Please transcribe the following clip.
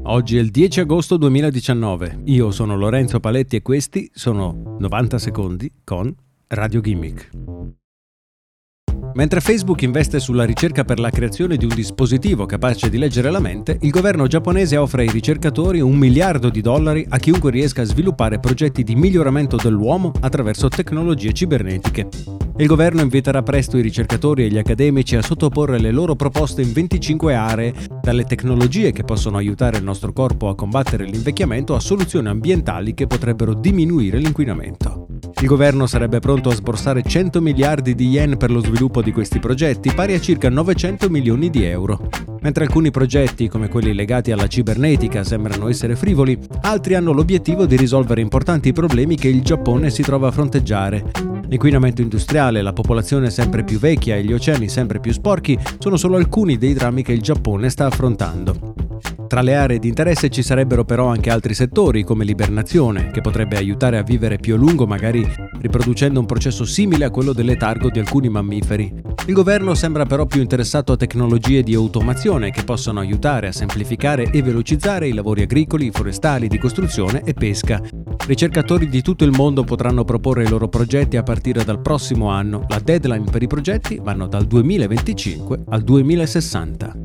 Oggi è il 10 agosto 2019. Io sono Lorenzo Paletti e questi sono 90 secondi con Radio Gimmick. Mentre Facebook investe sulla ricerca per la creazione di un dispositivo capace di leggere la mente, il governo giapponese offre ai ricercatori $1 miliardo a chiunque riesca a sviluppare progetti di miglioramento dell'uomo attraverso tecnologie cibernetiche. Il governo inviterà presto i ricercatori e gli accademici a sottoporre le loro proposte in 25 aree, dalle tecnologie che possono aiutare il nostro corpo a combattere l'invecchiamento a soluzioni ambientali che potrebbero diminuire l'inquinamento. Il governo sarebbe pronto a sborsare 100 miliardi di yen per lo sviluppo di questi progetti, pari a circa 900 milioni di euro. Mentre alcuni progetti, come quelli legati alla cibernetica, sembrano essere frivoli, altri hanno l'obiettivo di risolvere importanti problemi che il Giappone si trova a fronteggiare. L'inquinamento industriale, la popolazione sempre più vecchia e gli oceani sempre più sporchi sono solo alcuni dei drammi che il Giappone sta affrontando. Tra le aree di interesse ci sarebbero però anche altri settori, come l'ibernazione, che potrebbe aiutare a vivere più a lungo, magari riproducendo un processo simile a quello del letargo di alcuni mammiferi. Il governo sembra però più interessato a tecnologie di automazione che possano aiutare a semplificare e velocizzare i lavori agricoli, forestali, di costruzione e pesca. Ricercatori di tutto il mondo potranno proporre i loro progetti a partire dal prossimo anno. La deadline per i progetti vanno dal 2025 al 2060.